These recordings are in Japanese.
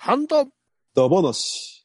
半ドンダバなし。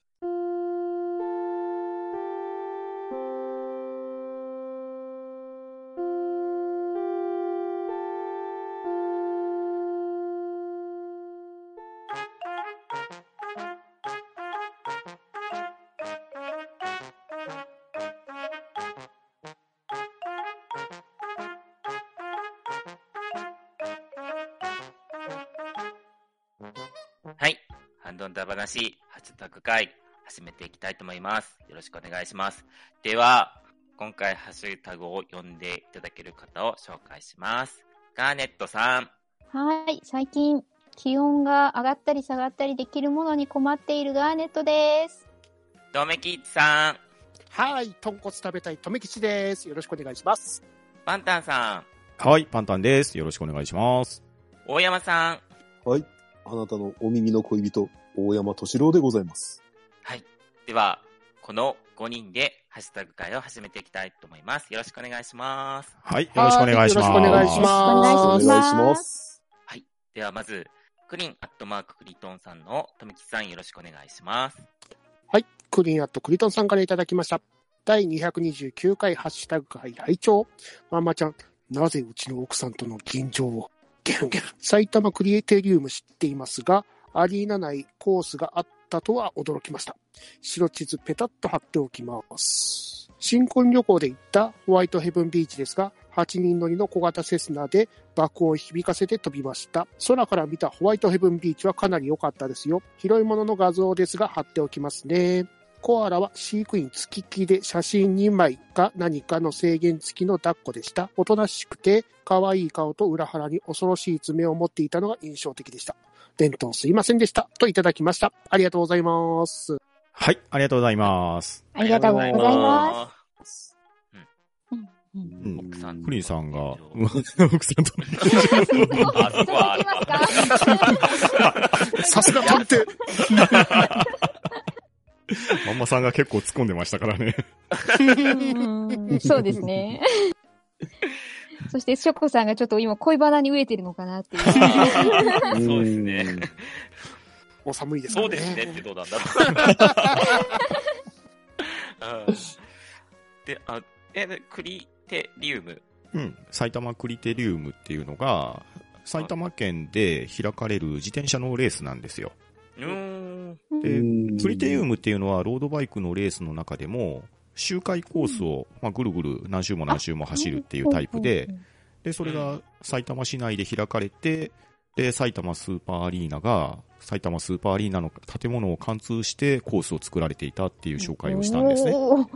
はい。ハンドンダ話、ハッシュタグ会、始めていきたいと思います。よろしくお願いします。では、今回ハッシュタグを読んでいただける方を紹介します。ガーネットさん。 はい。最近、気温が上がったり下がったりできるものに困っているガーネットです。 とめきちさん。 はい。豚骨食べたいとめきちです。よろしくお願いします。 パンタンさん。はい。パンタンです。よろしくお願いします。 大山さん。 はい。あなたのお耳の恋人、大山敏郎でございます。 はい。では、この5人でハッシュタグ会を始めていきたいと思います。よろしくお願いします。 はい。よろしくお願いします。 よろしくお願いします。 お願いします。 はい。ではまず、クリンアットマーククリトンさんのとめきさんよろしくお願いします。 はい。クリンアットクリトンさんからいただきました。第229回ハッシュタグ会拝聴。ママちゃん、なぜうちの奥さんとの緊張を埼玉クリエイテリウム知っていますが、アリーナ内コースがあったとは驚きました。白地図ペタッと貼っておきます。新婚旅行で行ったホワイトヘブンビーチですが、8人乗りの小型セスナで爆音を響かせて飛びました。空から見たホワイトヘブンビーチはかなり良かったですよ。広いものの画像ですが貼っておきますね。コアラは飼育員付きっきりで写真2枚か何かの制限付きの抱っこでした。おとなしくて可愛い顔と裏腹に恐ろしい爪を持っていたのが印象的でした。伝統すいませんでしたといただきました。ありがとうございます。 はい、ありがとうございます。 ありがとうございます。 奥さん。 クリンさんが、奥さんと。 あ、そこはさすが探偵。 マンマさんが結構突っ込んでましたからね。 そうですね。そしてショコさんがちょっと今恋バナに飢えてるのかなっていう。 そうですね。 お寒いですね。 そうですねってどうなんだろう。で、クリテリウム。 埼玉クリテリウムっていうのが、埼玉県で開かれる自転車のレースなんですよ。で、クリテリウムっていうのはロードバイクのレースの中でも周回コースを、ぐるぐる何周も何周も走るっていうタイプで、それが埼玉市内で開かれて、で、埼玉スーパーアリーナが埼玉スーパーアリーナの建物を貫通してコースを作られていたっていう紹介をしたんですね。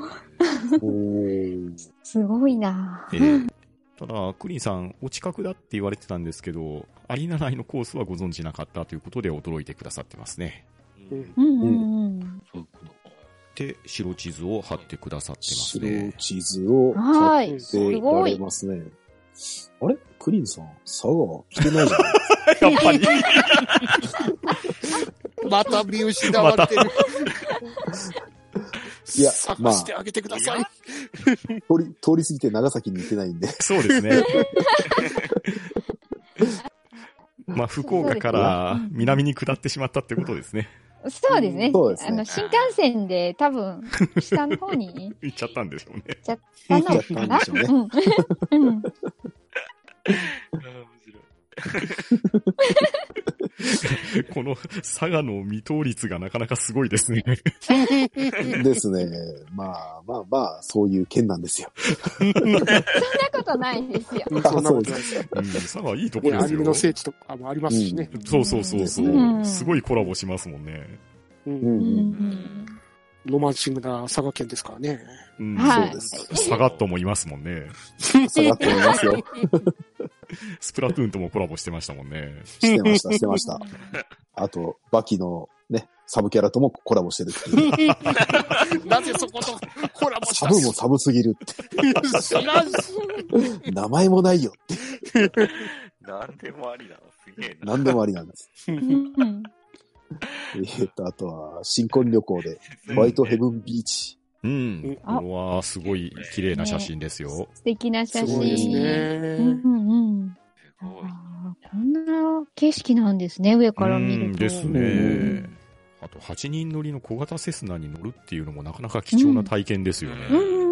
すごいな。 ただ、クリンさん、お近くだって言われてたんですけど、アリーナ内のコースはご存知なかったということで驚いてくださってますね。で、白地図を貼ってくださってますね。 白地図を貼ってられますね。あれクリンさん、佐賀来てないじゃん。 やっぱり。 また見失われてる。 いや、 探してあげてください。 通り過ぎて長崎に行ってないんで。 そうですね。福岡から南に下ってしまったってことですね。 そうですね。 そうですね。 新幹線で多分、下の方に行っちゃったんでしょうね。 行っちゃったのかな。 この佐賀の未踏率がなかなかすごいですね。 ですね。まあ、そういう県なんですよ。 そんなことないですよ。 そんなことないですよ。 佐賀いいとこですよ。 アニメの聖地とかもありますしね。 そう。すごいコラボしますもんね。 ロマンシングな佐賀県ですからね。 そうです。 佐賀っともいますもんね。 佐賀っともいますよ。 スプラトゥーンともコラボしてましたもんね。 してました。あと、バキのね、サブキャラともコラボしてるっていう。 なぜそことコラボしたサブもサブすぎるって。 知らんし。 名前もないよって。 なんでもありだな、すげえな。 なんでもありなんです。あとは、新婚旅行で、ホワイトヘブンビーチ。 これはすごい綺麗な写真ですよ。 素敵な写真。 すごいですね。 こんな景色なんですね、上から見ると。 ですね。 あと、8人乗りの小型セスナに乗るっていうのもなかなか貴重な体験ですよね。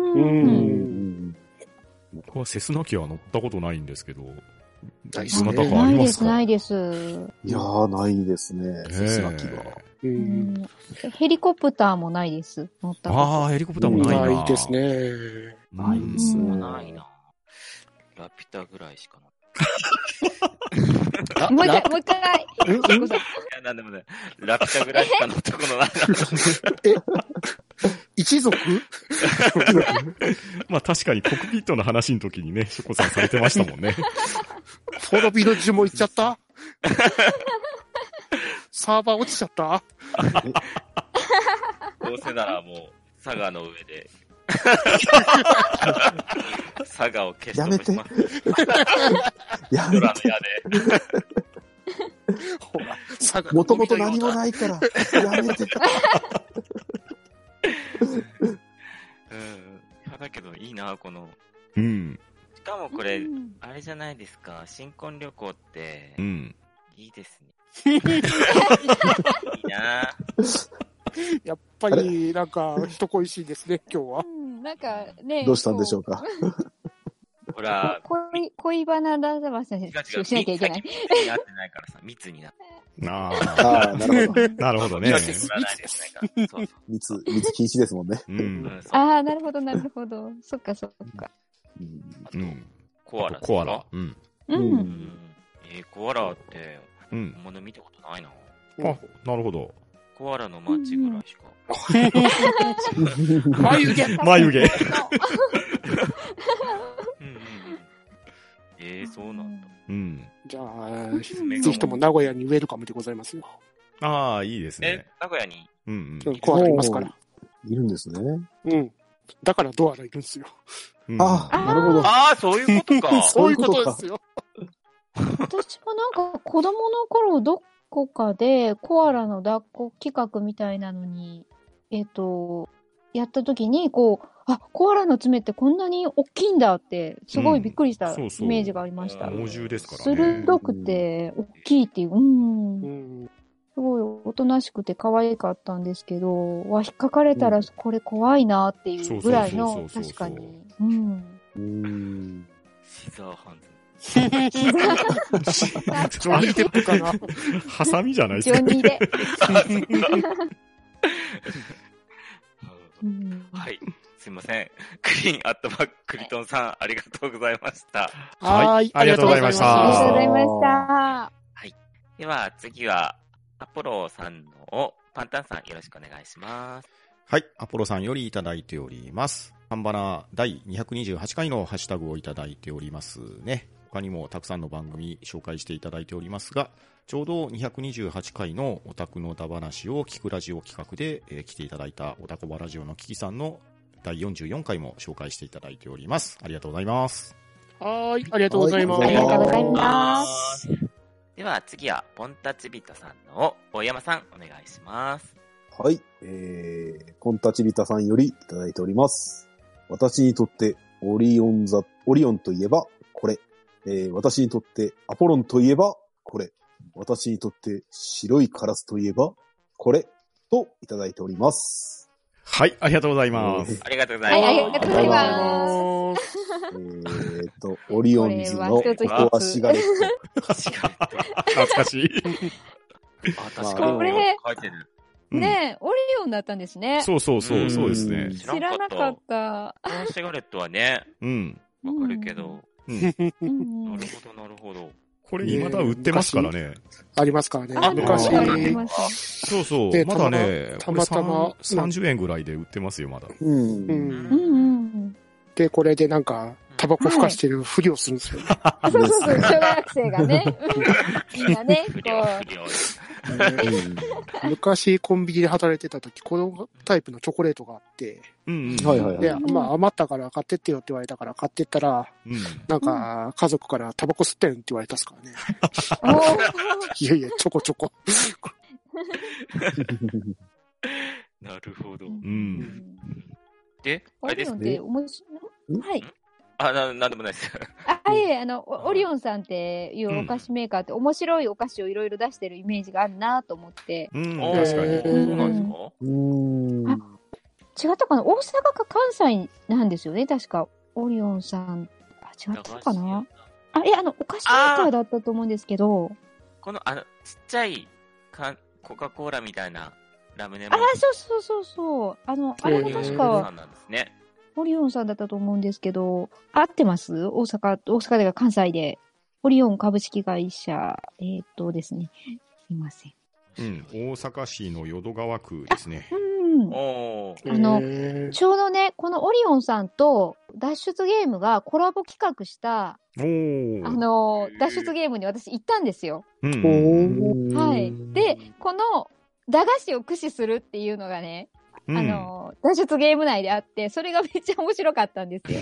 僕はセスナ機は乗ったことないんですけど、 ないどなたかありますか？ ないです。 いやー、ないですね、セスナ機は。 ヘリコプターもないです。乗ったこと。 ああ、ヘリコプターもないな。 ないですね。 ないですね。 ないな。ラピュタぐらいしか乗ってもう一回。 いや、なんでもね、ラピュタぐらいしか乗ったことないな。 一族まあ確かにコックピットの話の時にね、ショコさんされてましたもんね。 滅びの呪文いっちゃったサーバー落ちちゃったどうせならもう、佐賀の上で、佐賀を消しやめて。やめて。もともと何もないから、やめて。 だけどいいな、この。 うん。 しかもこれ、あれじゃないですか、新婚旅行って、いいですね。いいな。 やっぱり、なんか、人恋しいですね、今日は。 なんかね。 どうしたんでしょうか。 ほら、 恋バナだざましなきゃいけない。 密になってないからさ、密になって。 ああ、なるほど。 なるほどね。 密禁止ですもんね。 ああ、なるほど、なるほど。そっか、そっか。 コアラ。 コアラ。 コアラって、本物見たことないな。 あ、なるほど。 コアラのマーチぐらいしか。 眉毛そうなんだ。 じゃあ、ぜひとも名古屋にウェルカムでございますよ。 ああ、いいですね。 名古屋にコアラいますから。 いるんですね。 だからドアラいるんですよ。 ああ、なるほど。 ああ、そういうことか。 そういうことですよ。 私もなんか子供の頃どこかでコアラの抱っこ企画みたいなのに、やった時に、こう、コアラの爪ってこんなに大きいんだって、すごいびっくりしたイメージがありました。 猛獣ですからね。 鋭くて、大きいっていう、すごいおとなしくて可愛かったんですけど、引っかかれたらこれ怖いなっていうぐらいの、確かに。 シザーハンズ。 ジョニーテップかな。 ハサミじゃないですか。 ジョニーで。 はい。すいません。クリーンアットマッククリトンさん、ありがとうございました。 はい。ありがとうございました。 ありがとうございました。 はい。では、次は、アポロさんのパンタンさん、よろしくお願いします。 はい。アポロさんよりいただいております。パンバナ第228回のハッシュタグをいただいておりますね。他にもたくさんの番組紹介していただいておりますが、ちょうど228回のオタクのだ話を聞くラジオ企画で、来ていただいたオタコバラジオのキキさんの第44回も紹介していただいております。ありがとうございます。 はい、ありがとうございます。 ありがとうございます。 では次はポンタチビタさんの大山さんお願いします。 はい、ポンタチビタさんよりいただいております。私にとってオリオンといえばこれ。私にとってアポロンといえばこれ。私にとって白いカラスといえばこれといただいております。 はい、ありがとうございます。 ありがとうございます。 はい、ありがとうございます。 オリオンズのここはシガレット。 懐かしい。 確かに。これ書いてる。 ねえ、オリオンだったんですね。 そうですね。 知らなかった。 このシガレットはね、わかるけど。なるほど、なるほど。 これ未だ売ってますからね。 ありますからね。 昔。 そう。まだね、たまたま30円ぐらいで売ってますよ、まだ。 で、これでなんか、タバコふかしてるふりをするんですよね。 そう、小学生がね。みんなね、こう。昔コンビニで働いてた時、このタイプのチョコレートがあって、で、余ったから買ってってよって言われたから買ってったら、なんか家族からタバコ吸ってんって言われたっすからね。いやいや、ちょこちょこ。 なるほど。で、 あれですね。はい。 なんでもないです。 オリオンさんっていうお菓子メーカーって面白いお菓子をいろいろ出してるイメージがあるなと思って。 うん、 おー確かに。 そうなんですか？ 違ったかな、大阪か関西なんですよね、確か。オリオンさん。違ったかな。お菓子メーカーだったと思うんですけど。 この、ちっちゃい、コカ・コーラみたいなラムネも。 そう。あれも確か、オリオンさんだったと思うんですけど、合ってます？大阪でか関西で。オリオン株式会社、ですね。すいません。 うん、大阪市の淀川区ですね。 ちょうどね、このオリオンさんと脱出ゲームがコラボ企画した、脱出ゲームに私行ったんですよ。はい。で、この駄菓子を駆使するっていうのがね、脱出ゲーム内であって、それがめっちゃ面白かったんですよ。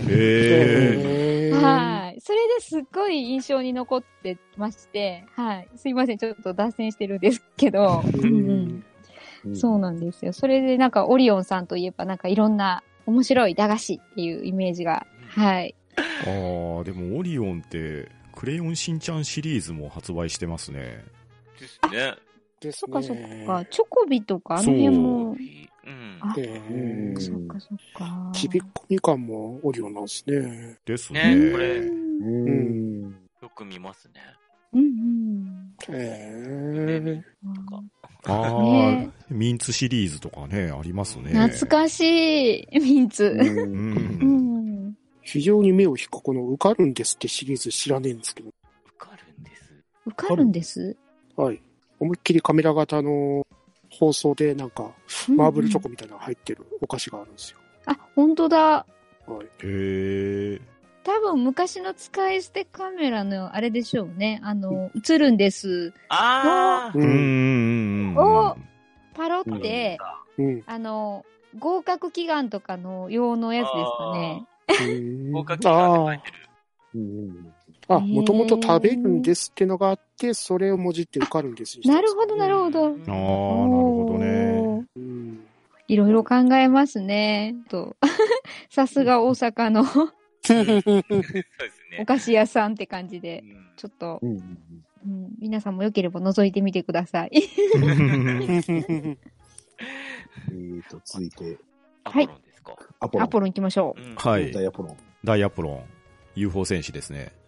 はい。それですっごい印象に残ってまして、はい。すいません、ちょっと脱線してるんですけど、そうなんですよ。それでなんかオリオンさんといえばなんかいろんな面白い駄菓子っていうイメージが、はい。 でもオリオンってクレヨンしんちゃんシリーズも発売してますね。 ですね。 そっか。チョコビとかあの辺も。そっか。 ちびっこみかんもオリオンなんですね。 ですね。 これ、よく見ますね。 ミンツシリーズとかね、ありますね。 懐かしい、ミンツ。 非常に目を引くこの受かるんですってシリーズ知らねえんですけど。 受かるんですはい。思いっきりカメラ型の放送でなんか、マーブルチョコみたいなのが入ってるお菓子があるんですよ。 本当だ。 はい。 多分昔の使い捨てカメラのあれでしょうね。映るんです。をパロって、合格祈願とかの用のやつですかね。 合格祈願って書いてる。 もともと食べるんですってのがあって、それをもじって受かるんです。 なるほど。 なるほどね。 いろいろ考えますね。さすが大阪のお菓子屋さんって感じで、ちょっと、皆さんもよければ覗いてみてください。 続いて、 アポロンですか？ アポロン行きましょう。 はい。ダイアポロン。UFO 戦士ですね。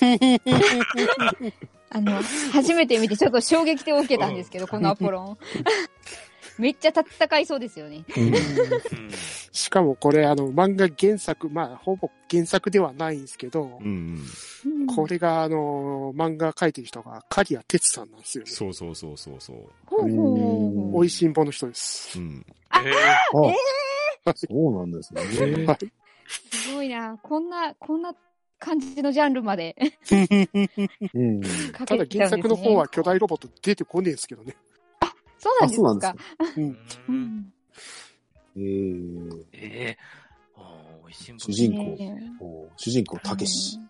初めて見てちょっと衝撃を受けたんですけど、このアポロン。めっちゃ戦いそうですよね。 しかもこれ漫画原作、ほぼ原作ではないんですけど、これが漫画描いてる人が刈谷哲さんなんですよね。 そう。 おいしんぼの人です。 そうなんですね。 すごいな。こんな感じのジャンルまで。 ただ原作の方は巨大ロボット出てこねえですけどね。 そうなんですか。 主人公、たけし。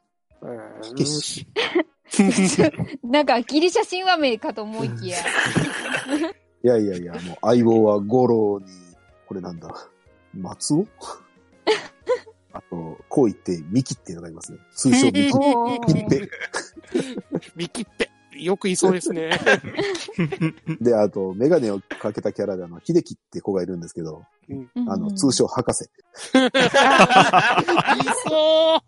なんかギリシャ神話名かと思いきや。 いや、相棒は五郎に、これなんだ、松尾あと、こう言って、ミキっていうのがいますね。通称ミキッペ。 ミキッペ。よくいそうですね。 で、あと、メガネをかけたキャラで秀樹って子がいるんですけど、通称博士。いそう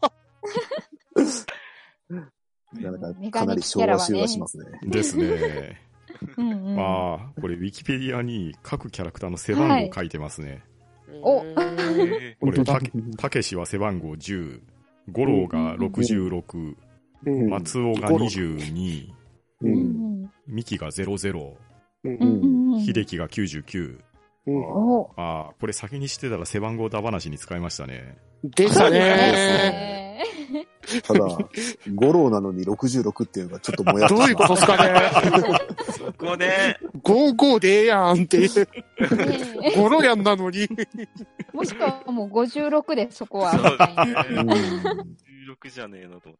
なんかかなり昭和集はしますね。 ですね。これ、ウィキペディアに各キャラクターの背番号書いてますね。これ、たけしは背番号10、五郎が66、松尾が22、ミキが00、秀樹が99。これ先にしてたら背番号だ話に使いましたね。 でしたね。 ただ、五郎なのに66っていうのがちょっともやっと。 どういうことですかね。 そこで。 55でええやんっていう。五郎やんなのに。 もしくはもう56でそこは。 そうですね。16じゃねえのと思った。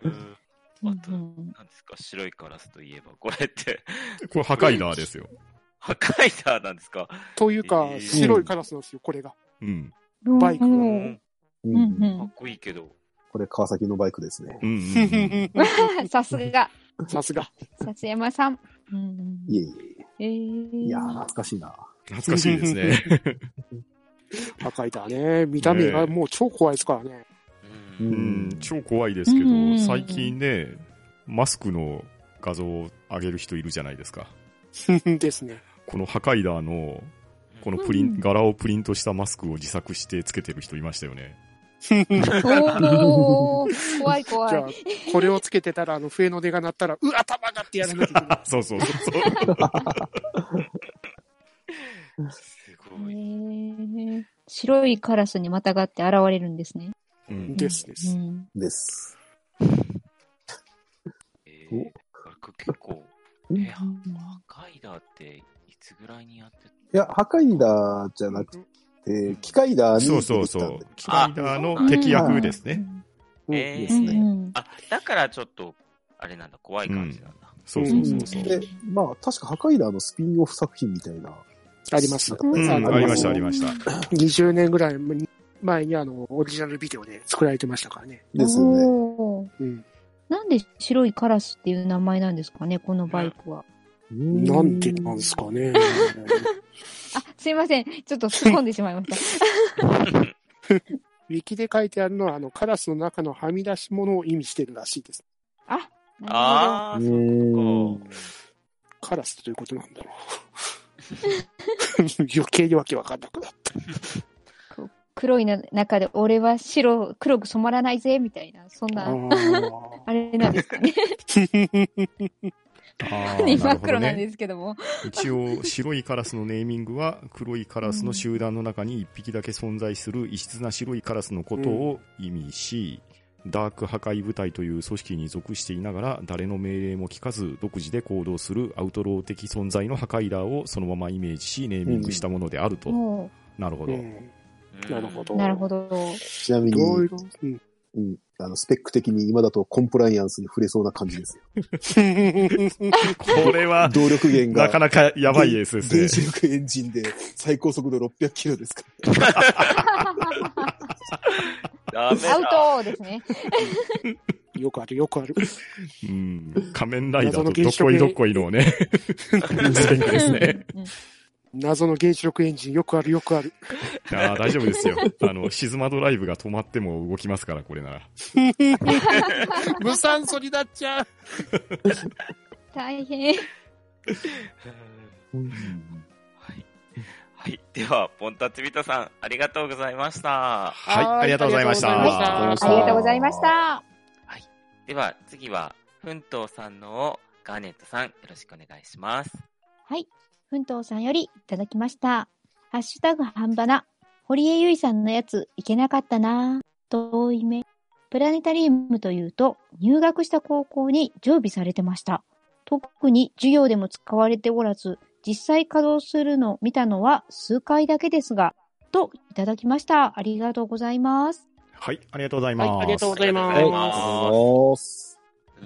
あと、何ですか、白いカラスといえば、これって。 これ、ハカイダーですよ。 ハカイダーなんですか？ というか、白いカラスなんですよ、これが。 うん。 バイク。 うんうんかっこいいけど。 これ川崎のバイクですね。 さすが、 さすが。 薩山さん。うんいえいえ。いやー、 ー懐かしいな。 懐かしいですね。 破壊だね。見た目がもう超怖いですからね。 超怖いですけど、 うん最近ね、マスクの画像を上げる人いるじゃないですか。 ですね。 このハカイダーの、この柄をプリントしたマスクを自作してつけてる人いましたよね。 おー、怖い怖い。 じゃあ、これをつけてたら、笛の出が鳴ったら、頭がってやらなきゃいけない。 そうそうそう。 すごい。 白いカラスにまたがって現れるんですね。 ですです。 です。 これ結構、ハカイダーっていつぐらいにやってた？ いや、ハカイダーじゃなくて、キカイダーにそう出てきたんで。 そうそう。キカイダーの敵役ですね。 ですね。 あ、だからちょっと、あれなんだ、怖い感じなんだ。 そうそうそうそう。 で、まあ、確かハカイダーのスピンオフ作品みたいな。 あります。 ありました、ありました。 20年ぐらい前にオリジナルビデオで作られてましたからね。 ですよね。 なんで白いカラスっていう名前なんですかね、このバイクは。 なんでなんですかね。 あ、すいません。ちょっと突っ込んでしまいました。 ウィキで書いてあるのは、カラスの中のはみ出し物を意味してるらしいです。 あ、なるほど。 ああ、そういうことか。 カラスということなんだろう。余計にわけわかんなくなった。 黒い中で俺は黒く染まらないぜ、みたいな、そんな、あれなんですかね。真っ黒なんですけども。 一応、白いカラスのネーミングは、黒いカラスの集団の中に一匹だけ存在する異質な白いカラスのことを意味し、ダーク破壊部隊という組織に属していながら、誰の命令も聞かず、独自で行動するアウトロー的存在の破壊ダーをそのままイメージし、ネーミングしたものであると。なるほど。 なるほど。 なるほど。 ちなみに、スペック的に今だとコンプライアンスに触れそうな感じですよ。 これは、 動力源がなかなかやばいエースですね。 原子力エンジンで最高速度600キロですかダメだ。 アウトですね。 よくある、よくある。 仮面ライダーとどっこいどっこいのね、スペックですね。 謎の原子力エンジン、よくある、よくある。 大丈夫ですよ。シズマドライブが止まっても動きますから、これなら。 無酸素になっちゃう。 大変。 はい。では、ポンタチビタさん、ありがとうございました。 はい、ありがとうございました。 ありがとうございました。 はい。では、次は、奮闘さんのをガーネットさん、よろしくお願いします。 はい。奮闘さんよりいただきました。ハッシュタグ半ばな。堀江由衣さんのやつ、いけなかったなぁ。遠い目。プラネタリウムというと、入学した高校に常備されてました。特に授業でも使われておらず、実際稼働するの見たのは数回だけですが、といただきました。ありがとうございます。 はい、ありがとうございます。 はい、ありがとうございます。 ありがとうございます。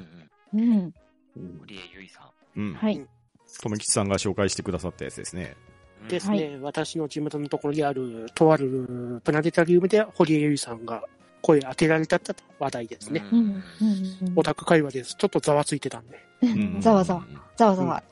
堀江由衣さん。はい。 とめきちさんが紹介してくださったやつですね。 ですね。私の地元のところにある、とあるプラネタリウムで堀江由衣さんが声当てられたって話題ですね。オタク会話です。ちょっとざわついてたんで。 ざわざわ。ざわざわ。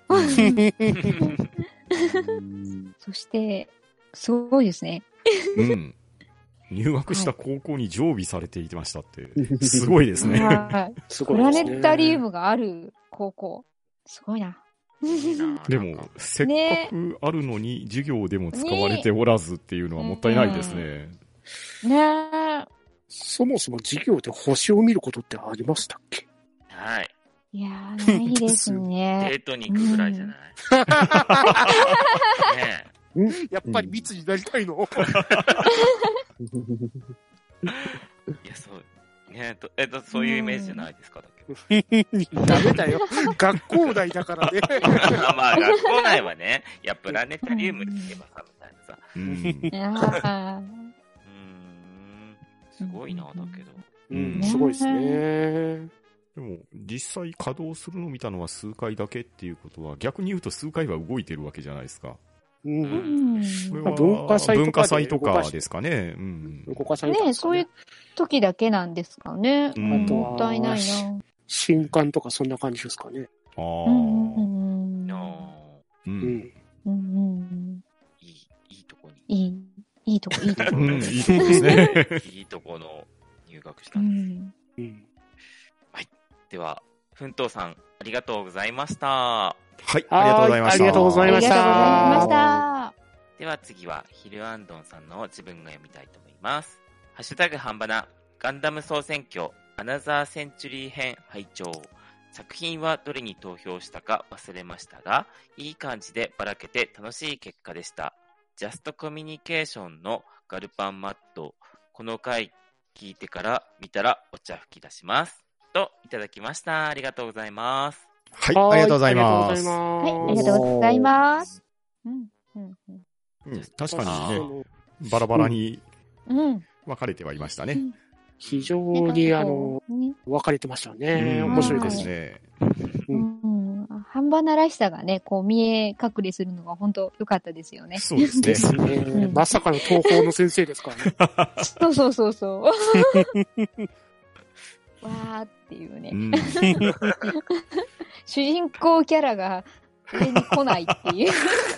そして、すごいですね。 入学した高校に常備されていてましたって、すごいですね。 プラネタリウムがある高校。すごいな。 でも、せっかくあるのに授業でも使われておらずっていうのはもったいないですね。 ねえ。 そもそも授業で星を見ることってありましたっけ？ はい。 いやー、ないですね。 デートに行くぐらいじゃない。 ねえ。やっぱり密になりたいの？ いや、そう。ねそういうイメージじゃないですか、だけど。ダメだよ。学校内だからね。 まあ、学校内はね、いや、プラネタリウムに行けばさ、みたいなさ。すごいな、だけど。 すごいですね。 でも、実際稼働するのを見たのは数回だけっていうことは、逆に言うと数回は動いてるわけじゃないですか。 うんうん。 これは文化祭とかで文化祭とかですかね。 動かされたんねですかね。 そういう時だけなんですかね。 うんもったいないな。 新刊とかそんな感じですかね。 ああ。 うん。 う。 うんん。 うん。 いいとこに。 いいとこ、いいとこ。 うん、いいとこですね。 いいとこの入学しうたんです。 ん。 うん。 では、奮闘さん、ありがとうございました。 はい、ありがとうございました。 ありがとうございましたありがとうございました。 では次は、ヒルアンドンさんの自分が読みたいと思います。ハッシュタグ半ばな、ガンダム総選挙、アナザーセンチュリー編拝聴。作品はどれに投票したか忘れましたが、いい感じでばらけて楽しい結果でした。ジャストコミュニケーションのガルパンマット、この回聞いてから見たらお茶吹き出します。と、いただきました。ありがとうございます。 はい、ありがとうございます。 はい、ありがとうございます。うん。うん。 うん、確かにあね、 のバラバラにうん。 分かれてはいましたね。 非常に分かれてましたね。 うん面白いで。 ですすね。 うん。半端ならしさがね、こう見え隠れするのが本当良かったですよね。 そうですね。 ですね。 うんまさかの東宝の先生ですからね。 そう。わーっていうね。 うん、 主人公キャラが上に来ないっていう。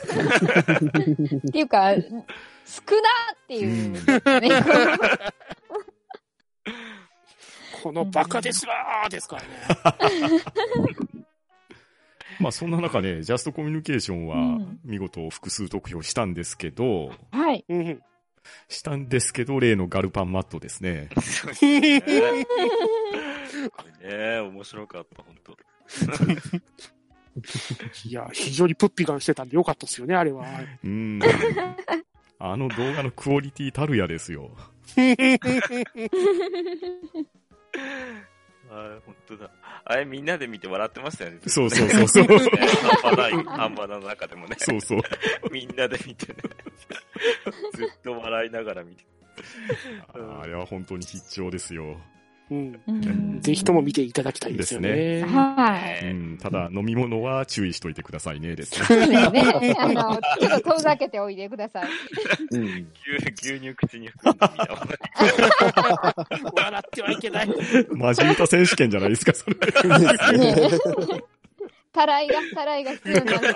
っていうか、少なっていう、ね。 このバカですらーですからね。 まあそんな中ね、ジャストコミュニケーションはうん見事複数得票したんですけど、 はい。 うん。 例のガルパンマットですね。 そうですね。これね、面白かった、本当。 いや、非常にプッピガンしてたんでよかったですよね、あれは。 うん。あの動画のクオリティたるやですよ。 あ、本当だ。あれ、みんなで見て笑ってましたよね。 そう。 半端なの中でもね。 そうそう。 みんなで見てね。ずっと笑いながら見て。 あれは本当に必聴ですよ。 うんぜひとも見ていただきたいですよね。 はい。 ただ、飲み物は注意しといてくださいね、ですね。 そうですね。ちょっと遠ざけておいでください。 うん。 牛乳口に含んでみた。 笑ってはいけない。 マジ歌選手権じゃないですか、それ。 ねたらいが必要になる。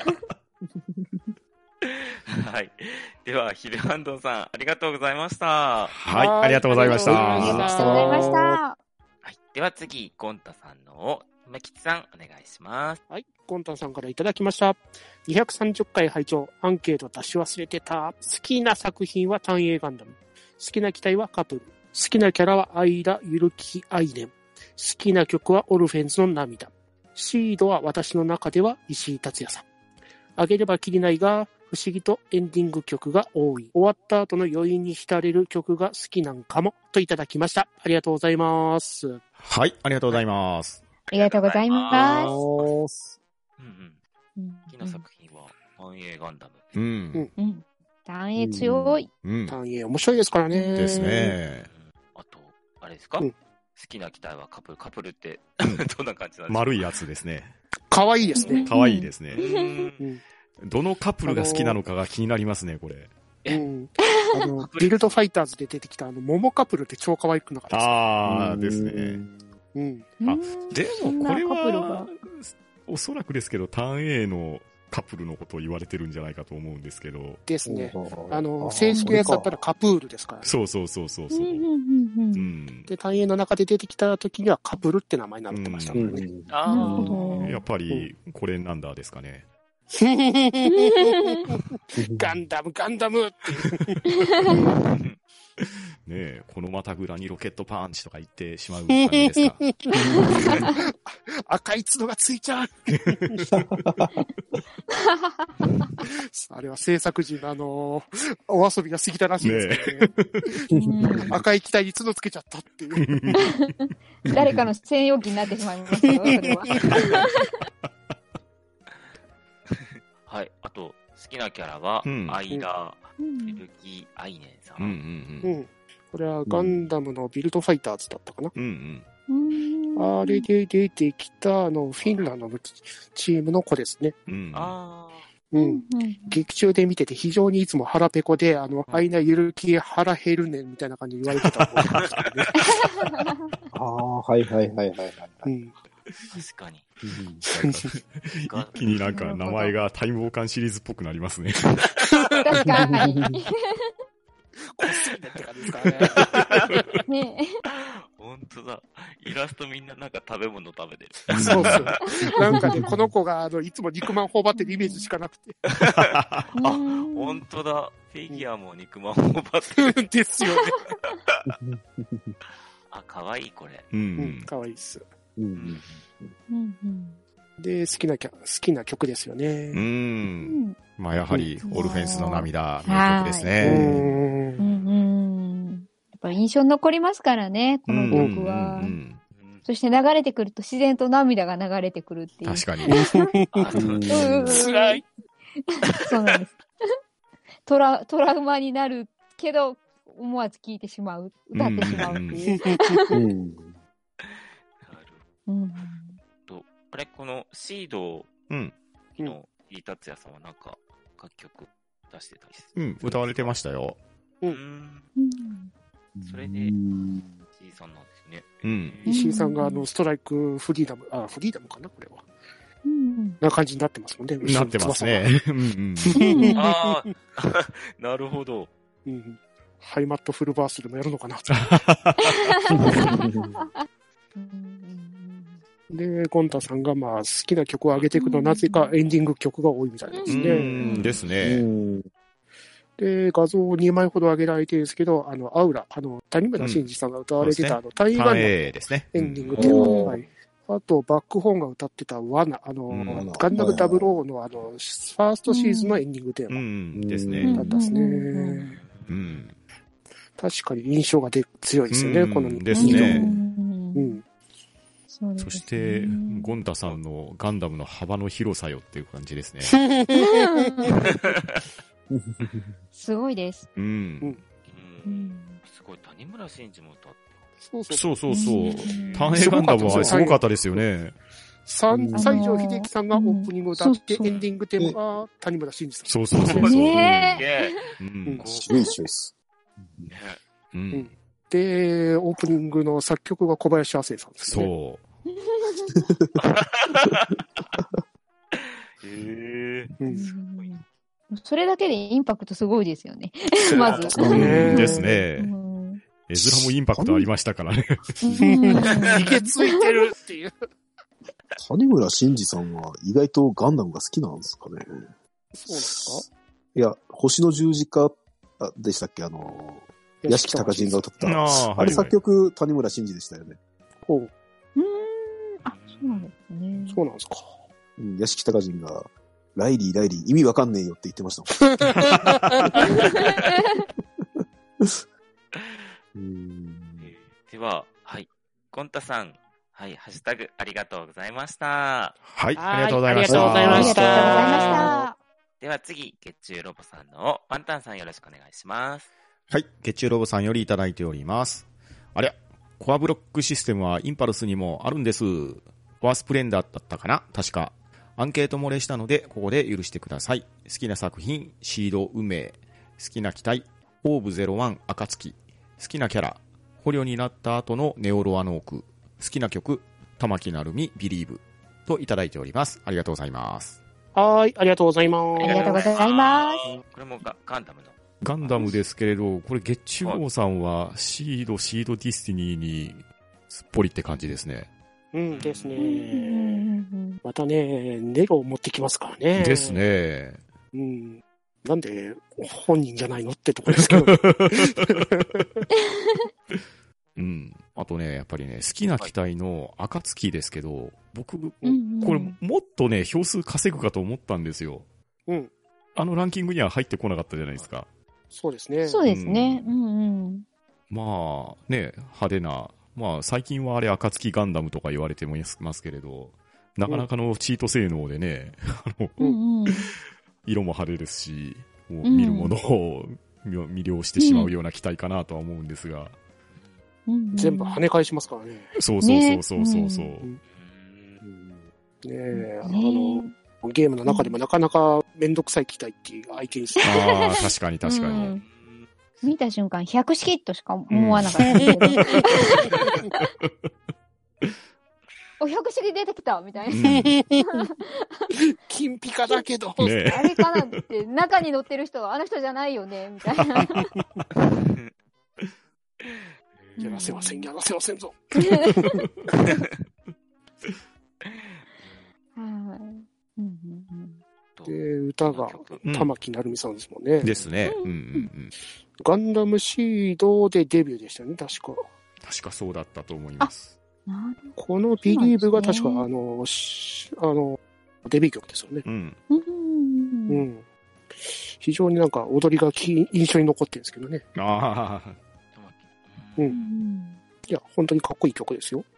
はい。では、ヒルハンドンさん、ありがとうございました。 はい、ありがとうございましありがとうございましたた。 ありがとうございました。 はい。では次、ゴンタさんのを、まきちさん、お願いします。 はい、ゴンタンさんからいただきました。230回拝聴、アンケート出し忘れてた。好きな作品は単影ガンダム。好きな機体はカプル。好きなキャラはアイラ・ユルキ・アイネン。好きな曲はオルフェンズの涙。シードは私の中では石井達也さん。あげればきりないが、不思議とエンディング曲が多い。終わった後の余韻に浸れる曲が好きなんかも。といただきました。ありがとうございます。 はい、ありがとうございます。 ありがとうございまうんうん。 す。 好きな作品は、単影ガンダム。 うん。 うん。単影強い。 うん。 単影面白いですからね。 ですね。 あと、あれですか、 うん好きな機体はカプル。カプルって、どんな感じなんですか？ 丸いやつですね。 かわいいですね。 かわいいですね。 うんどのカップルが好きなのかが気になりますね、これ。 うん、ビルドファイターズで出てきたモモカップルって超可愛くなかったですか？ あーですね。 うん。 あでもこれそんなカップルはが、 おそらくですけど、単 A のカップルのことを言われてるんじゃないかと思うんですけど。 ですね。 あ正式なやつだったらカプールですからね。 そうそう。 で、単影の中で出てきた時にはカプルって名前になってましたからね。 あなるほどやっぱり、これなんだですかね。 ガンダムってねえ、このまたぐらにロケットパンチとか言ってしまう感じですか。 赤い角がついちゃう。あれは制作時のお遊びが過ぎたらしいですけどね。赤い機体に角つけちゃったっていう。 誰かの専用機になってしまいましたよ、それは。 はい。あと、好きなキャラは、アイラ・うんエルギ・アイネンさん。 うん。これはガンダムのビルドファイターズだったかな。 うんあれで出てきたフィンランドのチームの子ですね。 うん。 あうん。劇中で見てて非常にいつも腹ペコで、あいなゆるき腹減るねんみたいな感じで言われてたと思うんですけどね。 ああ、はいはいはいはいはい。 うん。 確かに。 一気になんか名前がタイムウォーカンシリーズっぽくなりますね。 確かに。 こっそりだって感じですからね。 ね本当だ。イラストみんななんか食べ物食べてる。 そうそう。なんかね、この子がいつも肉まん頬張ってるイメージしかなくて。 あ、本当だ。フィギュアも肉まん頬張ってる。 ですよね。 あ、かわいいこれ。 ううんん、かわいいっす。 うんで、好きな曲ですようね。 ん。まあやはり、オルフェンスの涙、名曲ですうね。 ん。 やっぱ印象に残りますからね、この曲は。 うんそして流れてくると自然と涙が流れてくるっていう。 確かに。 辛い。 そうなんです。トラウマになるけど、思わず聴いてしまう。歌ってしまうっていう。 あれ、このシードの飯達也さんはなんか楽曲出してたりする。 歌われてましたよ。 それで、石井さんなんですね。 石井さんがストライクフリーダムかなこれは。な感じになってますもんね。 なってますね。 ああ、なるほど。 ハイマットフルバースでもやるのかなで、ゴンタさんがまあ好きな曲を上げていくのはなぜかエンディング曲が多いみたいですね。 ですね。 で、画像を2枚ほど上げられてるんですけど、アウラ、谷村新司さんが歌われてた、タイガンのエンディングテーマ。はい。あと、バックホーンが歌ってた罠、ガンダム00のファーストシーズンのエンディングテーマ。 ですね。 だったですね。確かに印象が強いですよね、このですね。 そして、ゴンタさんのガンダムの幅の広さよっていう感じですね。 すごいです。 すごい、谷村新司も歌って。 そう。単影ガンダムはすごかったですよね。 西城秀樹さんがオープニングを歌って、エンディングテーマが谷村新司さん。 そう。 ね白い一緒です。 で、オープニングの作曲が小林亜生さんですね。 そう。 それだけでインパクトすごいですよね。まず。 ですね。絵面もインパクトありましたからね。 いけついてるっていう。 谷村新司さんは意外とガンダムが好きなんですかね。 そうですか？ いや、星の十字架でしたっけ屋敷隆人が歌った。あれ作曲、谷村新司でしたよね。 ほう。 そうなんですね。 そうなんですか。 屋敷隆人が、ライリー、意味わかんねえよって言ってましたもん。 では、はい。ゴンタさん、はい、ハッシュタグありがとうございました。 はい、ありがとうございました。 ありがとうございました。 では次、月中ロボさんのワンタンさんよろしくお願いします。 はい、月中ロボさんよりいただいております。ありゃ、コアブロックシステムはインパルスにもあるんです。コアスプレンダーだったかな確か。アンケート漏れしたので、ここで許してください。好きな作品、シード運命。好きな機体、オーブ01暁。好きなキャラ、捕虜になった後のネオロアノーク。好きな曲、玉木なるみ、ビリーブ。といただいております。ありがとうございます。 はい、ありがとうございます。 ありがとうございます。 これもガンダムの。 ガンダムですけれど、これ月中王さんはシードディスティニーにすっぽりって感じですね。 ですね。またね、ネロを持ってきますからね。 ですね。 なんで本人じゃないのってとこですけど。 あとね、やっぱりね、好きな機体の暁ですけど、僕、これもっとね、票数稼ぐかと思ったんですよ。ランキングには入ってこなかったじゃないですか。 そうですね。 そうですね。 まあ、ね、派手な、まあ、最近はあれ、暁ガンダムとか言われてもますけれど、なかなかのチート性能でね、色も派手ですし、もう見るものを魅了してしまうような機体かなとは思うんですが。 全部跳ね返しますからね。 そう。 ねえ、 ゲームの中でもなかなかめんどくさい機体っていう相手にして。 ああ、確かに確かに。 見た瞬間、100式としか思わなかったけど。お、100式出てきたみたいな。 金ピカだけど。 ね、 あれかなって、中に乗ってる人はあの人じゃないよねみたいな。 やらせませんぞ。で、歌が玉木成美さんですもんね。 ですね。 ガンダムシードでデビューでしたよね、確か。 確かそうだったと思います。 このビリーブが確か、デビュー曲ですよね。非常になんか踊りが印象に残ってるんですけどね。いや、本当にかっこいい曲ですよ。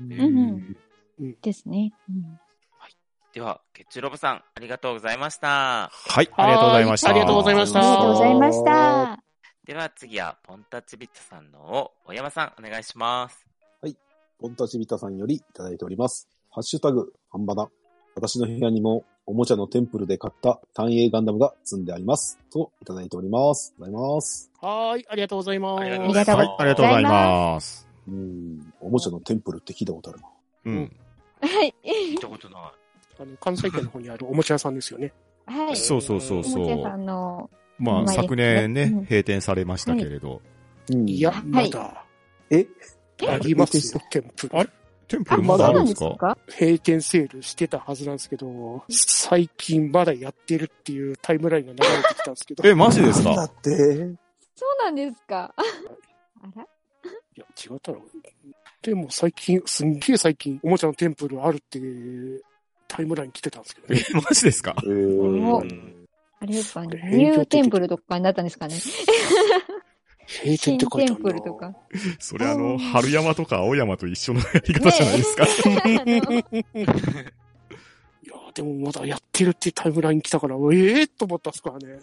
ですね。 では、ケチロボさん、ありがとうございました。 はい、ありがとうございました。 ありがとうございました。 ありがとうございました。 では次は、ポンタチビッタさんのを、大山さん、お願いします。 はい。ポンタチビッタさんよりいただいております。ハッシュタグ、ハンバナ。私の部屋にも、おもちゃのテンプルで買った単影ガンダムが積んであります。と、いただいております。ありがとうございます。 はい、ありがとうございます。 ありがとうございます。 ありがとうございます。 おもちゃのテンプルって聞いたことあるな。 はい。 聞いたことない。 関西圏の方にあるおもちゃ屋さんですよね。 はい。 そう。 おもちゃさんの。 まあ、昨年ね、閉店されましたけれど。 いや、まだ。ありますよ、テンプル。 あれテンプルまだあるんですか？ 閉店セールしてたはずなんですけど、最近まだやってるっていうタイムラインが流れてきたんですけど。 マジですか？ だって。 そうなんですか。あら？ いや、違ったら。でも最近、すんげえ最近、おもちゃのテンプルあるってタイムライン来てたんですけどね。 マジですか？ あれですかね。ニューテンプルとかになったんですかね。 閉店って書いてあるな。 新テンプルとか。 それ春山とか青山と一緒のやり方じゃないですか。 いやでもまだやってるってタイムライン来たから、と思ったっすからね。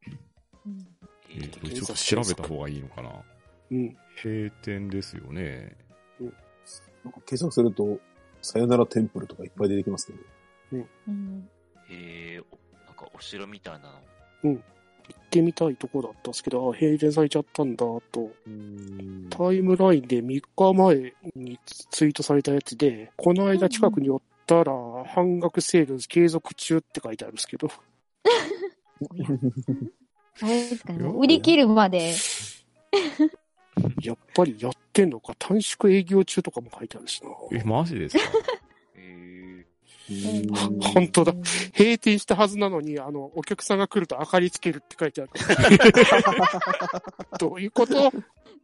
ちょっと調べた方がいいのかな。閉店ですよね。 なんか検索すると、さよならテンプルとかいっぱい出てきますけど。 なんかお城みたいなの。行ってみたいとこだったんですけど、閉店されちゃったんだと。タイムラインで3日前にツイートされたやつで、この間近くに寄ったら半額セール継続中って書いてあるんですけど。 あれですかね、売り切るまで。 やっぱりやってんのか、短縮営業中とかも書いてあるしな。 マジですか？ 本当だ。閉店したはずなのに、お客さんが来ると明かりつけるって書いてある。どういうこと？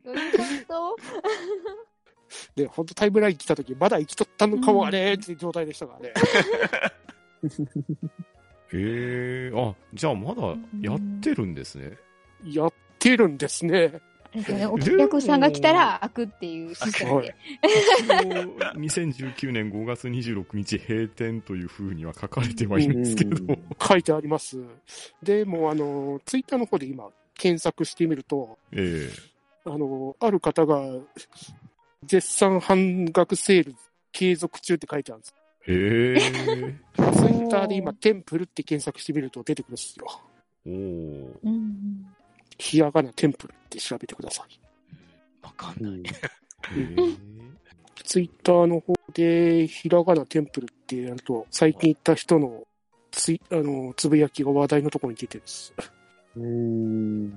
で、本当タイムライン来た時、まだ生きとったのかもっていう状態でしたからね。 じゃあまだやってるんですね。 やってるんですね。 お客さんが来たら開くっていうシステムで。 2019年5月26日閉店という風には書かれてはいるんですけど。 書いてあります。でも、ツイッターの方で今検索してみると、ある方が絶賛半額セール継続中って書いてあるんです。ツイッターで今テンプルって検索してみると出てくるんですよ。ひらがなテンプルって調べてください。 わかんない。 ツイッターの方でひらがなテンプルってやると、最近行った人のつぶやきが話題のところに出てるんです。 話題の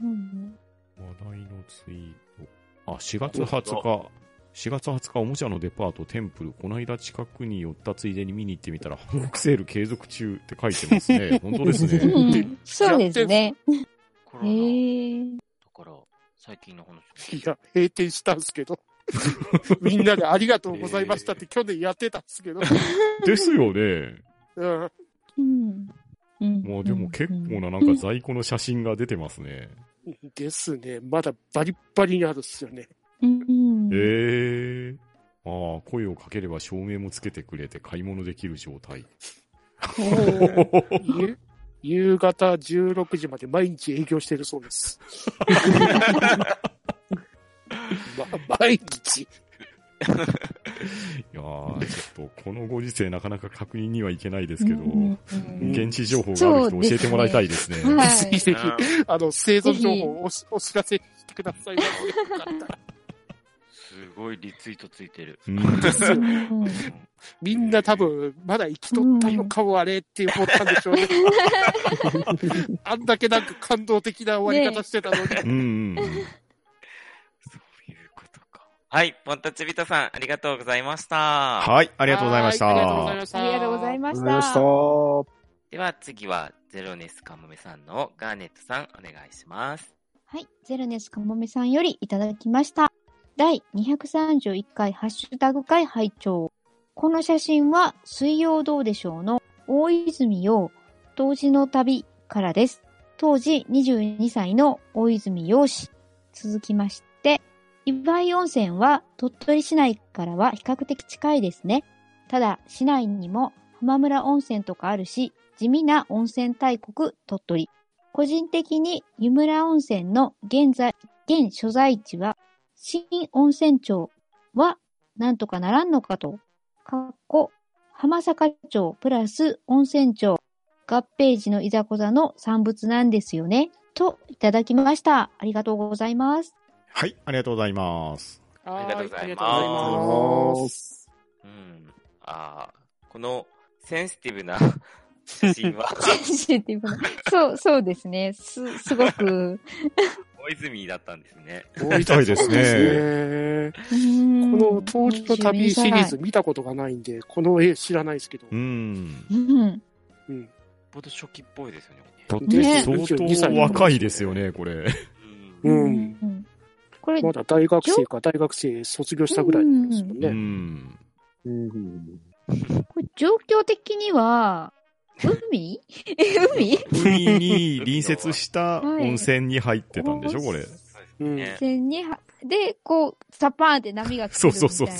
ツイート。4月20日。4月20日、おもちゃのデパートテンプル、この間近くに寄ったついでに見に行ってみたら、半額セール継続中って書いてますね。本当ですね。 そうですね。 だから、最近の話。 いや、閉店したんですけど。みんなでありがとうございましたって去年やってたんですけど。 ですよね。もうでも結構ななんか在庫の写真が出てますね。 ですね。まだバリッバリにあるっすよね。 声をかければ照明もつけてくれて買い物できる状態。 夕方16時まで毎日営業してるそうです。毎日。 いやー、ちょっと、このご時世なかなか確認にはいけないですけど、現地情報がある人教えてもらいたいですね。 はいぜひぜひ、生存情報をお知らせしてください。よかったらすごいリツイートついてる。 ですよ。 うんみんな多分、まだ生きとったのかもあれって思ったんでしょうね。あんだけなんか感動的な終わり方してたのに。 うん。 そういうことか。はい、ポンタチビタさん、ありがとうございました。 はい、ありがとうございました。 ありがとうございました。 ありがとうございましありがとうございましたた。 では次は、ゼロネスカモメさんのガーネットさん、お願いします。 はい。ゼロネスかもめさんよりいただきました。第231回ハッシュタグ会拝聴。この写真は水曜どうでしょうの大泉洋当時の旅からです。当時22歳の大泉洋氏。続きまして、岩井温泉は鳥取市内からは比較的近いですね。ただ市内にも浜村温泉とかあるし、地味な温泉大国鳥取。個人的に湯村温泉の現所在地は新温泉町はなんとかならんのかと、浜坂町プラス温泉町合併時のいざこざの産物なんですよね。といただきました。ありがとうございます。 はい、ありがとうございます。 はい、 ありがとうございますありがとうございます。 このセンシティブな写真は、 センシティブな。そうですね。すごく。 大泉だったんですね。 みたいですね。 この当時の旅シリーズ見たことがないんで、この絵知らないですけど。 うん。 ほんと初期っぽいですよね。 だってね相当若いですよね、これ。 これまだ大学生卒業したぐらいですもんね。 これ状況的には、海に隣接した温泉に入ってたんでしょ、これ。 温泉にで、サパーンって波が来るみたいな。 そう。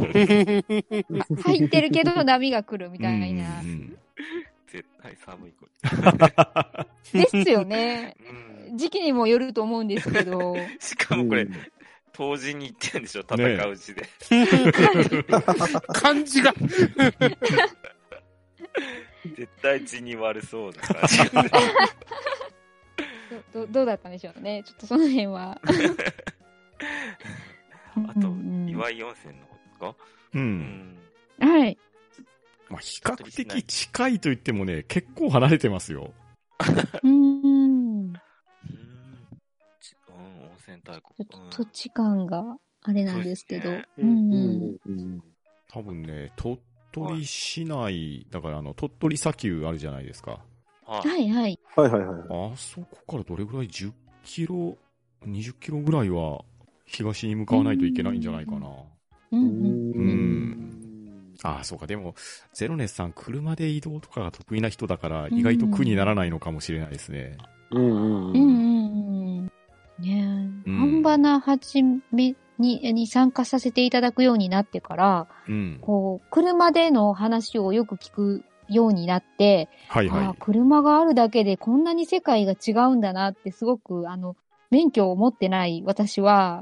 入ってるけど波が来るみたいな。 絶対寒いこれ。ですよね。時期にもよると思うんですけど。 しかもこれ、当時に行ってるんでしょ、戦う地で。 漢字が。 絶対字に悪そうな感じが。 どうだったんでしょうね。ちょっとその辺は。 あと、岩井温泉の方ですか？ はい。 まあ、比較的近いと言ってもね、結構離れてますよ。 温泉大国。 ちょっと土地感があれなんですけど。 多分ね、鳥取市内、だから鳥取砂丘あるじゃないですか。 はいはい。 あそこからどれぐらい10キロ、20キロぐらいは東に向かわないといけないんじゃないかな。そうか。でも、ゼロネスさん、車で移動とかが得意な人だから、意外と苦にならないのかもしれないですね。 半ばな始めに参加させていただくようになってから、車での話をよく聞くようになって、車があるだけでこんなに世界が違うんだなって、すごく、免許を持ってない私は、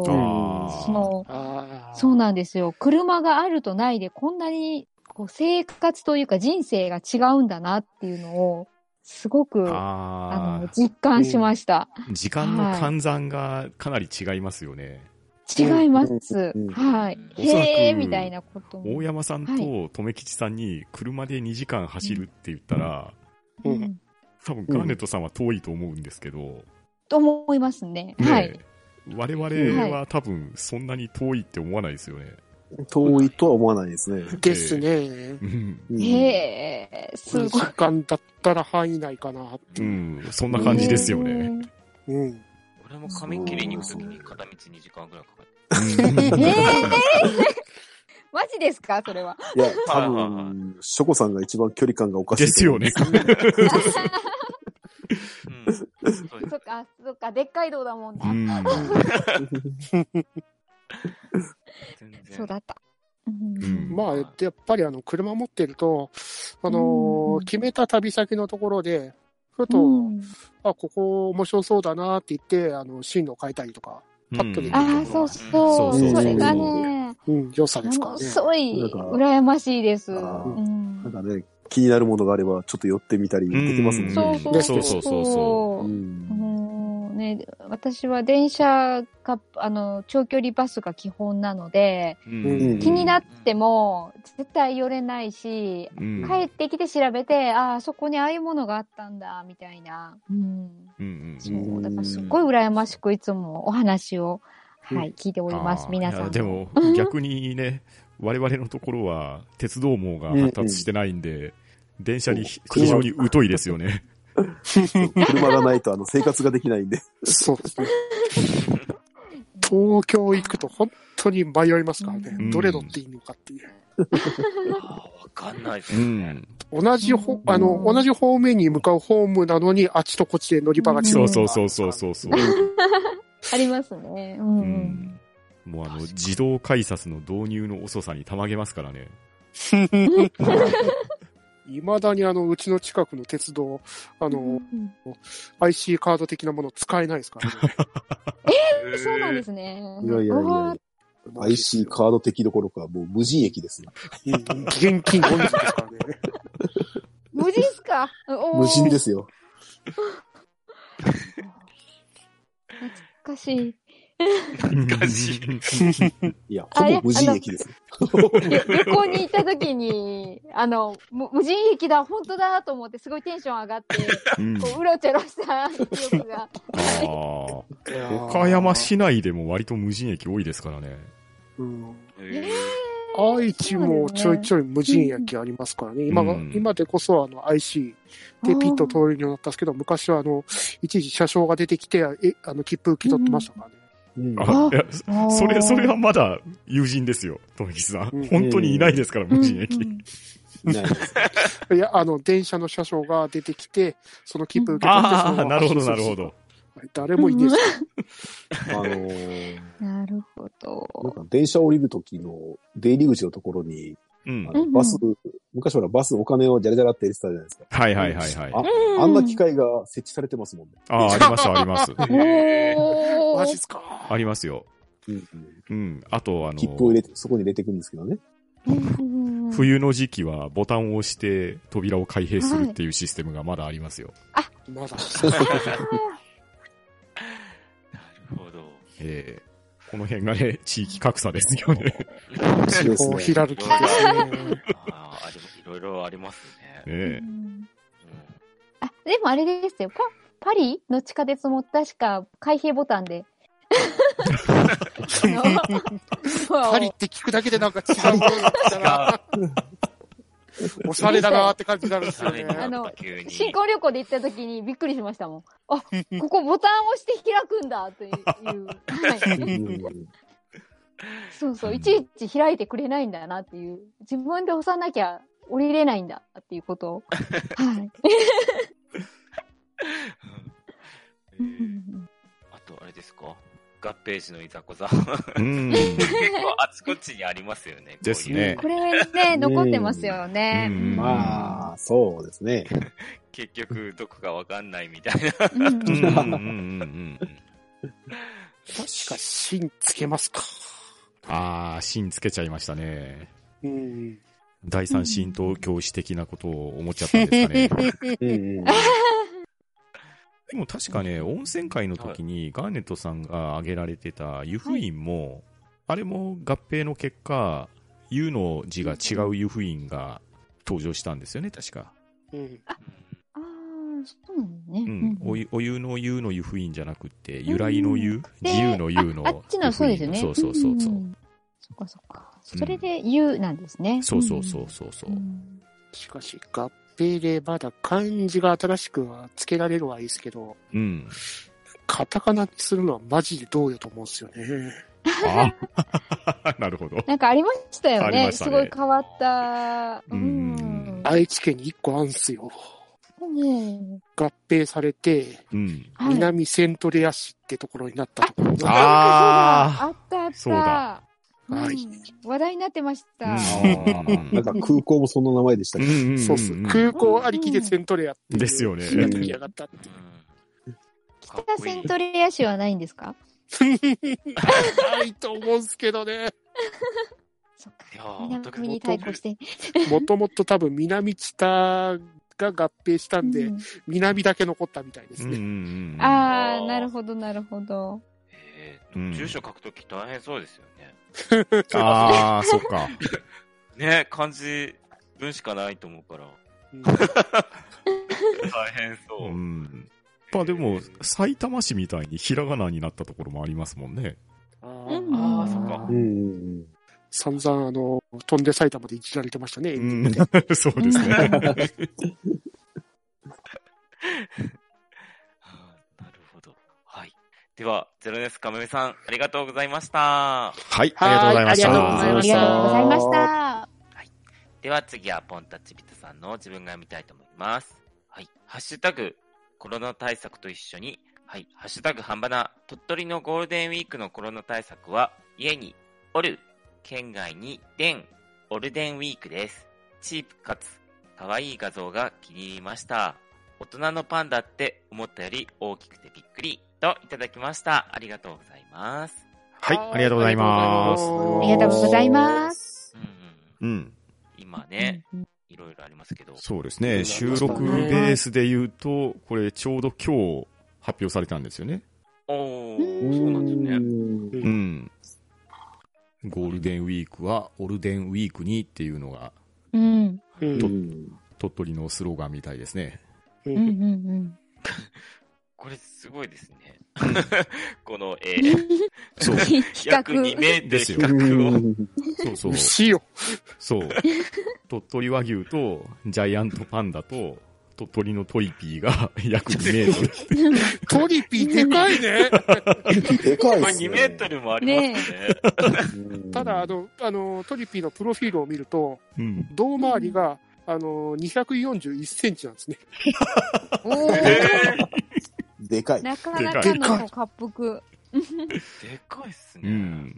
そうなんですよ。車があるとないでこんなに生活というか人生が違うんだなっていうのをすごく実感しました。 時間の換算がかなり違いますよね。 違います。はい。へーみたいなことも。 大山さんと留吉さんに車で2時間走るって言ったら、多分ガーネットさんは遠いと思うんですけど。 と思いますね。はい。 我々は多分そんなに遠いって思わないですよね。 遠いとは思わないですね。 ですね。 すごい。 時間だったら範囲内かなって。 そんな感じですよね。 俺も髪切りに行くときに片道2時間ぐらいかかる。 マジですかそれは。 いや、多分、ショコさんが一番距離感がおかしい。 ですよね。 そっか、でっかい道だもんな。そうだった。 まあ、やっぱり車持ってると、決めた旅先のところで、ふと、ここ面白そうだなって言って、進路を変えたりとか、パッとできる。 そう。それがね、 うん、良さですからね。 すごい、羨ましいです。 なんかね、気になるものがあれば、ちょっと寄ってみたりできますもんね。 そう。ね、私は電車が、長距離バスが基本なので、気になっても絶対寄れないし、帰ってきて調べて、あそこにああいうものがあったんだ、みたいな。そう、だからすっごい羨ましくいつもお話を、聞いております、皆さん。 でも、逆にね、我々のところは鉄道網が発達してないんで、電車に非常に疎いですよね。 車がないと生活ができないんで。 そうですね。東京行くと本当に迷いますからね。どれ乗っていいのかっていう。 わかんないですね。 同じ方面に向かうホームなのに、あっちとこっちで乗り場が違う。 そう。 ありますね。 もう自動改札の導入の遅さにたまげますからね。 未だにうちの近くの鉄道、IC カード的なもの使えないですからね。 そうなんですね。 いや。IC カード的どころか、もう無人駅ですね。 現金のみですからね。 無人っすか？ 無人ですよ。 懐かしい。 いや、ほぼ無人駅です。 旅行に行った時に、無人駅だ、本当だと思って、すごいテンション上がって、こう、うろちょろした記憶が。 岡山市内でも割と無人駅多いですからね。 愛知もちょいちょい無人駅ありますからね。今でこそIC でピッと通れるようになったんですけど、昔は一時車掌が出てきて、切符受け取ってましたからね。 それはまだ友人ですよ、富木さん。本当にいないですから、無人駅。 いや、電車の車掌が出てきて、その切符受け取って、 なるほど。 誰もいねえなるほど。 なんか電車降りるときの出入り口のところに、昔ほらバスお金をジャラジャラって入れてたじゃないですか。 はい。 あんな機械が設置されてますもんね。 あります。 マジっすか。 ありますよ。あと切符を入れて、そこに入れていくんですけどね。 冬の時期はボタンを押して扉を開閉するっていうシステムがまだありますよ。 まだ。 なるほど。 この辺がね、地域格差ですよね。 ヒラルキーですね。 いろいろありますね。 でもあれですよ。パリの地下鉄も確か開閉ボタンで。 パリって聞くだけでなんか違うものだったら。おしゃれだなーって感じになるんですよね。 新婚旅行で行った時にびっくりしましたもん。ここボタンを押して開くんだという。そう、いちいち開いてくれないんだなっていう。自分で押さなきゃ降りれないんだっていうことを。 あと、あれですか？合併時のいざこざ。結構あちこちにありますよね。 ですね。 これね、残ってますよね。 まあ、そうですね。 結局、どこかわかんないみたいな。 確か、芯つけますか。 芯つけちゃいましたね。第三神道教師的なことを思っちゃったんですかね。でも確かね、温泉会の時にガーネットさんが挙げられてた湯布院も、あれも合併の結果、湯の字が違う湯布院が登場したんですよね、確か。 そうなのね。 お湯の湯の湯布院じゃなくて、由来の湯、自由の湯の。 あっちのそうですよね。 そう。 そっか。それで湯なんですね。 そう。 しかし、合併でまだ漢字が新しくは付けられるはいいですけど、カタカナにするのはマジでどうよと思うんですよね。 なるほど。 なんかありましたよね。すごい変わった。 愛知県に1個あんすよ。合併されて、南セントレア市ってところになったところあった。 そうだ。 話題になってました。 なんか空港もその名前でしたね。 そうっす。空港ありきでセントレアっていう。 ですよね。 出来上がったっていう。 北セントレア市はないんですか？ ないと思うんすけどね。 そっか。 いやー、 南に対抗して。 もともと多分南北が合併したんで、 うん南だけ残ったみたいですね。 あー、なるほど、なるほど。 住所書くとき大変そうですよね。 ああ、そっか。 ね、漢字文しかないと思うから。大変そう。 まあでも、埼玉市みたいにひらがなになったところもありますもんね。 ああ、そっか。 散々飛んで埼玉でいじられてましたね。 そうですね。 なるほど。はい。では、ゼロネスカメメさん、ありがとうございました。 はい、ありがとうございました。 ありがとうございました。はい。 では次はポンタッチビタさんの自分が見たいと思います。はい。ハッシュタグ、コロナ対策と一緒に、はい。ハッシュタグ半ばな、鳥取のゴールデンウィークのコロナ対策は、家におる、県外にデン、オルデンウィークです。チープかつ、可愛い画像が気に入りました。大人のパンダって思ったより大きくてびっくりといただきました。ありがとうございます。 はい、ありがとうございます。 ありがとうございます。 今ね、いろいろありますけど。 そうですね。収録ベースで言うと、これちょうど今日発表されたんですよね。 そうなんですね。 ゴールデンウィークはオルデンウィークにっていうのが、鳥取のスローガンみたいですね。 これすごいですね。この、 そう。 約2メートルですよ。そう。 牛よ。 そう。鳥取和牛とジャイアントパンダと鳥取のトリピーが約2メートル。 トリピーでかいね。 でかいっすね。 2メートルもありますね。 ただ、トリピーのプロフィールを見ると、胴回りが、241センチなんですね。 でかい。 なかなかの滑腹。 でかいっすね。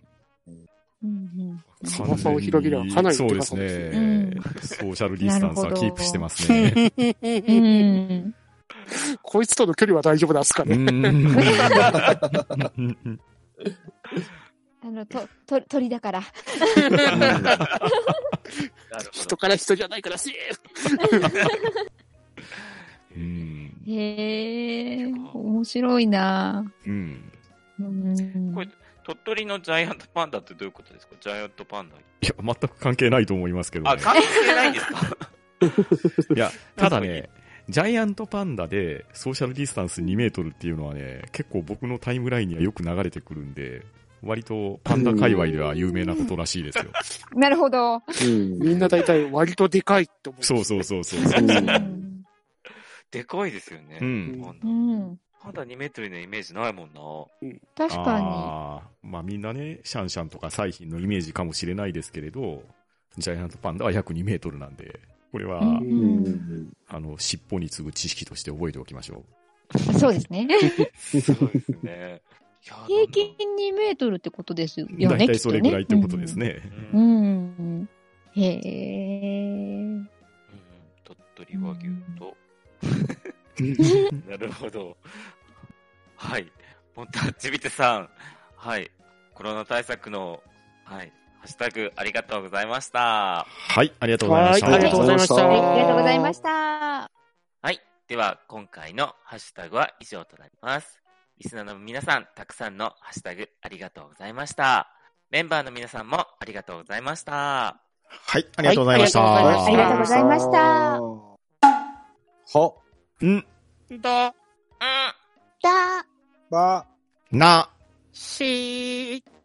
翼を広げればかなりでかそうですね。 ソーシャルディスタンスはキープしてますね。 こいつとの距離は大丈夫なんですかね。 鳥だから。 人から人じゃないからし。 へえ、面白いな。 これ、鳥取のジャイアントパンダってどういうことですか？ジャイアントパンダ。 いや、全く関係ないと思いますけどね。 あ、関係ないんですか？ いや、ただね、ジャイアントパンダでソーシャルディスタンス2メートルっていうのはね、結構僕のタイムラインにはよく流れてくるんで、割とパンダ界隈では有名なことらしいですよ。 なるほど。 みんな大体割とでかいって思う。 そう。 でかいですよね。パンダ2メートルのイメージないもんな。 確かに。まあみんなね、シャンシャンとかサイヒンのイメージかもしれないですけれど、ジャイアントパンダは約2メートルなんで、これは、尻尾に次ぐ知識として覚えておきましょう。そうですね。 そうですね。 平均2メートルってことですよね。 大体それぐらいってことですね。 へえ。 鳥取和牛と。なるほど。はい。ポンタッチビテさん。はい。コロナ対策の、はい。ハッシュタグありがとうございました。 はい。ありがとうございました。 ありがとうございました。 ありがとうございました。 はい。では、今回のハッシュタグは以上となります。リスナーの皆さん、たくさんのハッシュタグありがとうございました。メンバーの皆さんもありがとうございました。 はい。ありがとうございました。 ありがとうございました。 は。 だ。 ば。 な。 しー。